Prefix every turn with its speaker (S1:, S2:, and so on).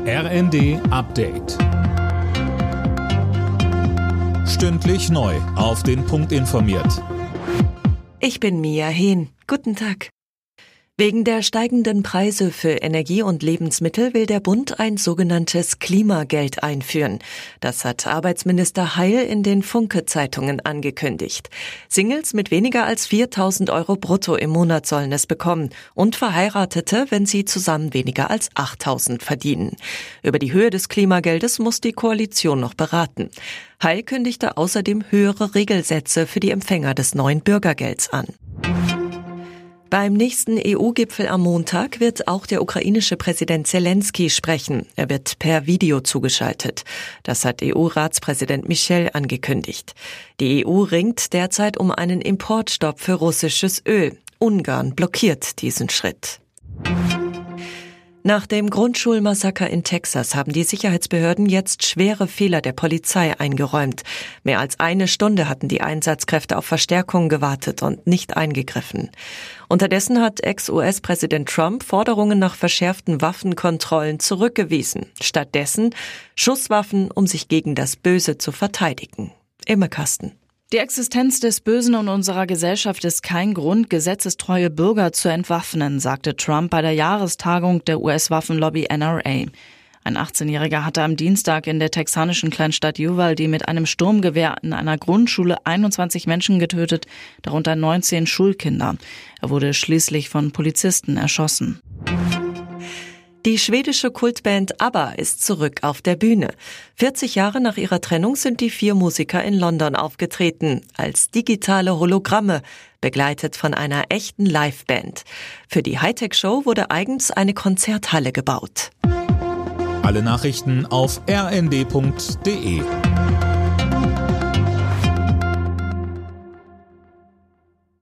S1: RND Update. Stündlich neu auf den Punkt informiert.
S2: Ich bin Mia Hehn. Guten Tag. Wegen der steigenden Preise für Energie und Lebensmittel will der Bund ein sogenanntes Klimageld einführen. Das hat Arbeitsminister Heil in den Funke-Zeitungen angekündigt. Singles mit weniger als 4.000 € brutto im Monat sollen es bekommen und Verheiratete, wenn sie zusammen weniger als 8.000 verdienen. Über die Höhe des Klimageldes muss die Koalition noch beraten. Heil kündigte außerdem höhere Regelsätze für die Empfänger des neuen Bürgergelds an. Beim nächsten EU-Gipfel am Montag wird auch der ukrainische Präsident Zelensky sprechen. Er wird per Video zugeschaltet. Das hat EU-Ratspräsident Michel angekündigt. Die EU ringt derzeit um einen Importstopp für russisches Öl. Ungarn blockiert diesen Schritt. Nach dem Grundschulmassaker in Texas haben die Sicherheitsbehörden jetzt schwere Fehler der Polizei eingeräumt. Mehr als eine Stunde hatten die Einsatzkräfte auf Verstärkung gewartet und nicht eingegriffen. Unterdessen hat Ex-US-Präsident Trump Forderungen nach verschärften Waffenkontrollen zurückgewiesen. Stattdessen Schusswaffen, um sich gegen das Böse zu verteidigen. Imme Kasten.
S3: Die Existenz des Bösen in unserer Gesellschaft ist kein Grund, gesetzestreue Bürger zu entwaffnen, sagte Trump bei der Jahrestagung der US-Waffenlobby NRA. Ein 18-Jähriger hatte am Dienstag in der texanischen Kleinstadt Uvalde mit einem Sturmgewehr in einer Grundschule 21 Menschen getötet, darunter 19 Schulkinder. Er wurde schließlich von Polizisten erschossen.
S2: Die schwedische Kultband ABBA ist zurück auf der Bühne. 40 Jahre nach ihrer Trennung sind die 4 Musiker in London aufgetreten, als digitale Hologramme, begleitet von einer echten Liveband. Für die Hightech-Show wurde eigens eine Konzerthalle gebaut.
S1: Alle Nachrichten auf rnd.de.